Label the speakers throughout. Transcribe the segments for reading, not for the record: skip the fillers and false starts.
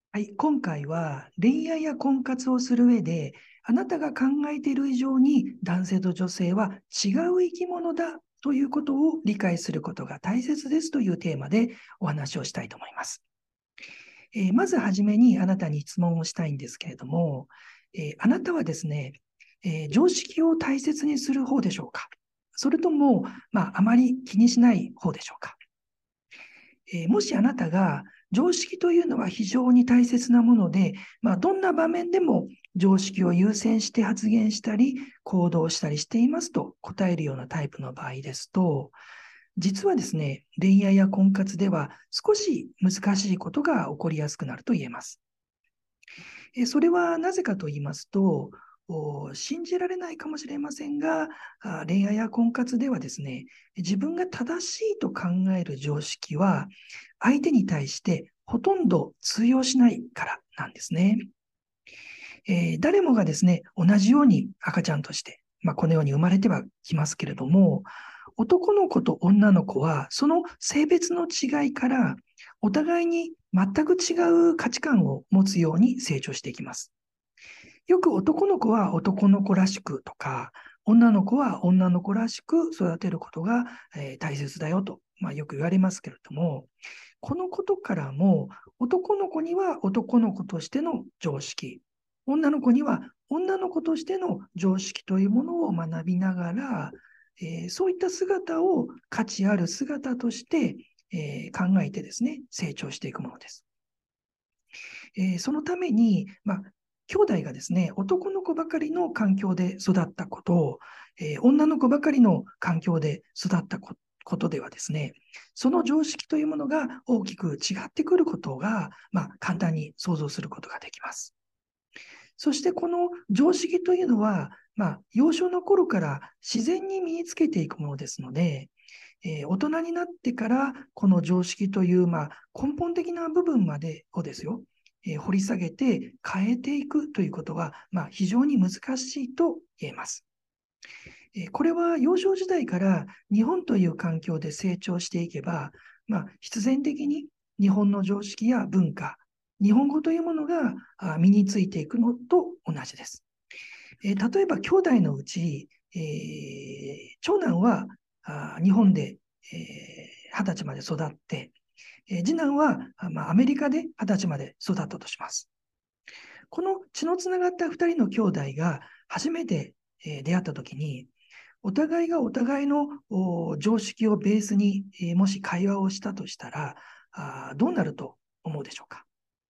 Speaker 1: はい、今回は恋愛や婚活をする上で、あなたが考えている以上に男性と女性は違う生き物だということを理解することが大切ですというテーマでお話をしたいと思います。まずはじめにあなたに質問をしたいんですけれども、あなたはですね、常識を大切にする方でしょうか、それとも、あまり気にしない方でしょうか。もしあなたが常識というのは非常に大切なもので、どんな場面でも常識を優先して発言したり行動したりしていますと答えるようなタイプの場合ですと、実はですね、恋愛や婚活では少し難しいことが起こりやすくなると言えます。それはなぜかと言いますと、信じられないかもしれませんが、恋愛や婚活ではですね、自分が正しいと考える常識は、相手に対してほとんど通用しないからなんですね。誰もがですね、同じように赤ちゃんとして、このように生まれてはきますけれども、男の子と女の子は、その性別の違いから、お互いに全く違う価値観を持つように成長していきます。よく男の子は男の子らしくとか、女の子は女の子らしく育てることが、大切だよと、よく言われますけれども、このことからも、男の子には男の子としての常識、女の子には女の子としての常識というものを学びながら、そういった姿を価値ある姿として、考えてですね、成長していくものです。そのために、兄弟がですね、男の子ばかりの環境で育ったこと、女の子ばかりの環境で育ったことではですね、その常識というものが大きく違ってくることが、簡単に想像することができます。そしてこの常識というのは、幼少の頃から自然に身につけていくものですので、大人になってからこの常識という、根本的な部分までをですよ、掘り下げて変えていくということは、非常に難しいと言えます。これは幼少時代から日本という環境で成長していけば、必然的に日本の常識や文化、日本語というものが身についていくのと同じです。例えば兄弟のうち、長男は日本で、20歳まで育って、次男は、アメリカで20歳まで育ったとします。この血のつながった2人の兄弟が初めて、出会ったときに、お互いがお互いの常識をベースに、もし会話をしたとしたら、どうなると思うでしょうか。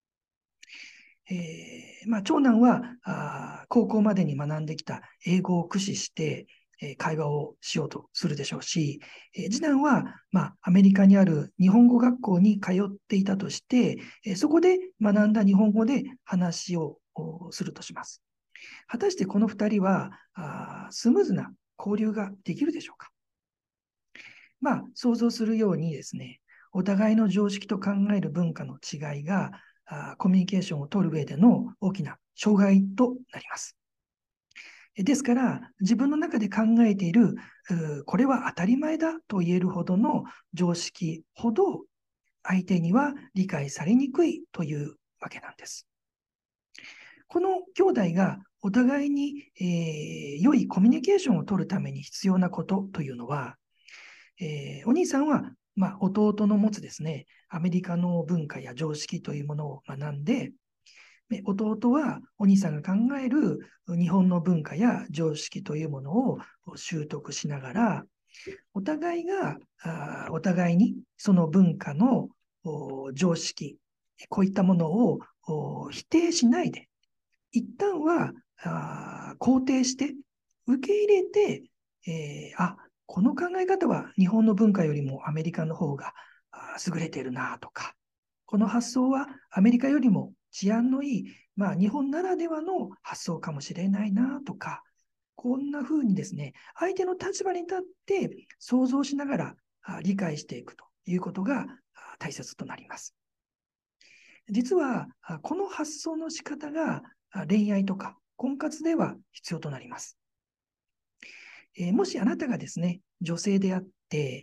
Speaker 1: 長男は高校までに学んできた英語を駆使して、会話をしようとするでしょうし、次男は、アメリカにある日本語学校に通っていたとして、そこで学んだ日本語で話をするとします。果たしてこの2人はスムーズな交流ができるでしょうか。想像するようにですね、お互いの常識と考える文化の違いがコミュニケーションを取る上での大きな障害となります。ですから、自分の中で考えている、これは当たり前だと言えるほどの常識ほど、相手には理解されにくいというわけなんです。この兄弟がお互いに、良いコミュニケーションを取るために必要なことというのは、お兄さんは、弟の持つですね、アメリカの文化や常識というものを学んで、弟はお兄さんが考える日本の文化や常識というものを習得しながら、お互いがお互いにその文化の常識、こういったものを否定しないで、一旦は肯定して受け入れて、この考え方は日本の文化よりもアメリカの方が優れているなとか、この発想はアメリカよりも治安のいい、日本ならではの発想かもしれないなとか、こんな風にですね、相手の立場に立って想像しながら理解していくということが大切となります。実は、この発想の仕方が恋愛とか婚活では必要となります。もしあなたがですね、女性であって、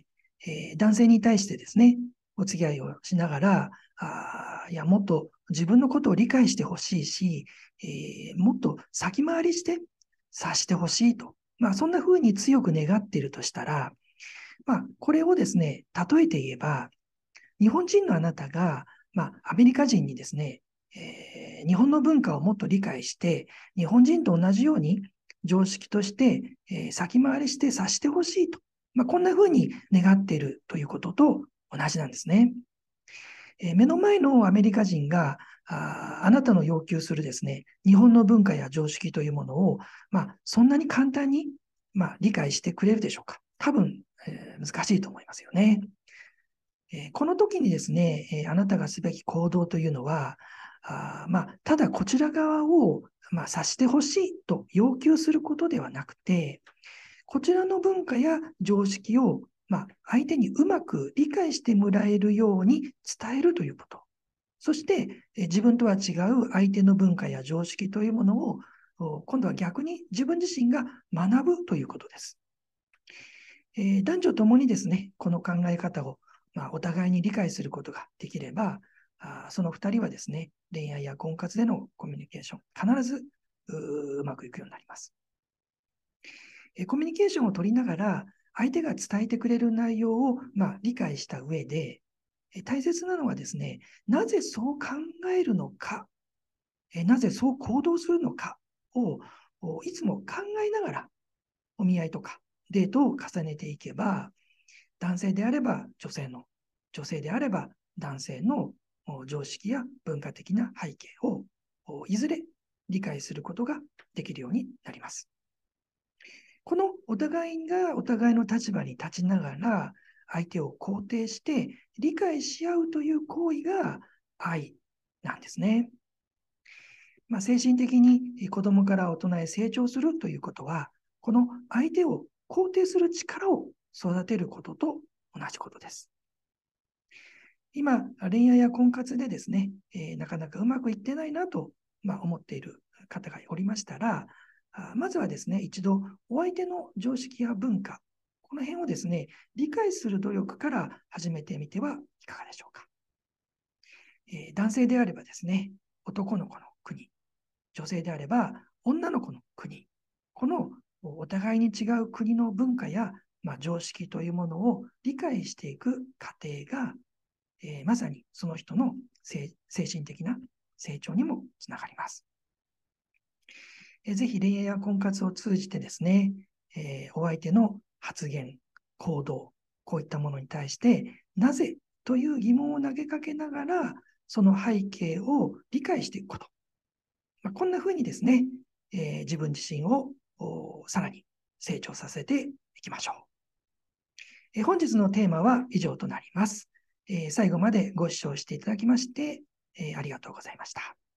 Speaker 1: 男性に対してですね、お付き合いをしながら、いや、もっと自分のことを理解してほしいし、もっと先回りして察してほしいと。そんな風に強く願っているとしたら、これをですね、例えて言えば、日本人のあなたが、アメリカ人にですね、日本の文化をもっと理解して、日本人と同じように常識として、先回りして察してほしいと。こんな風に願っているということと同じなんですね。目の前のアメリカ人があなたの要求するですね、日本の文化や常識というものを、そんなに簡単に、理解してくれるでしょうか。多分、難しいと思いますよね。この時にですね、あなたがすべき行動というのは、ただこちら側を、察してほしいと要求することではなくて、こちらの文化や常識を、相手にうまく理解してもらえるように伝えるということ。そして、自分とは違う相手の文化や常識というものを、今度は逆に自分自身が学ぶということです。男女ともにですね、この考え方を、お互いに理解することができれば、その2人はですね、恋愛や婚活でのコミュニケーション、必ずうまくいくようになります。コミュニケーションを取りながら、相手が伝えてくれる内容を、理解した上で、大切なのはですね、なぜそう考えるのか、なぜそう行動するのかをいつも考えながらお見合いとかデートを重ねていけば、男性であれば女性の、女性であれば男性の常識や文化的な背景をいずれ理解することができるようになります。このお互いがお互いの立場に立ちながら相手を肯定して理解し合うという行為が愛なんですね。精神的に子供から大人へ成長するということは、この相手を肯定する力を育てることと同じことです。今、恋愛や婚活でですね、なかなかうまくいってないなと、思っている方がおりましたら、まずはですね、一度お相手の常識や文化、この辺をですね、理解する努力から始めてみてはいかがでしょうか。男性であればですね、男の子の国、女性であれば女の子の国、このお互いに違う国の文化や、常識というものを理解していく過程が、まさにその人の精神的な成長にもつながります。ぜひ恋愛や婚活を通じてですね、お相手の発言、行動、こういったものに対して、なぜという疑問を投げかけながら、その背景を理解していくこと。こんなふうにですね、自分自身をさらに成長させていきましょう。本日のテーマは以上となります。最後までご視聴していただきまして、ありがとうございました。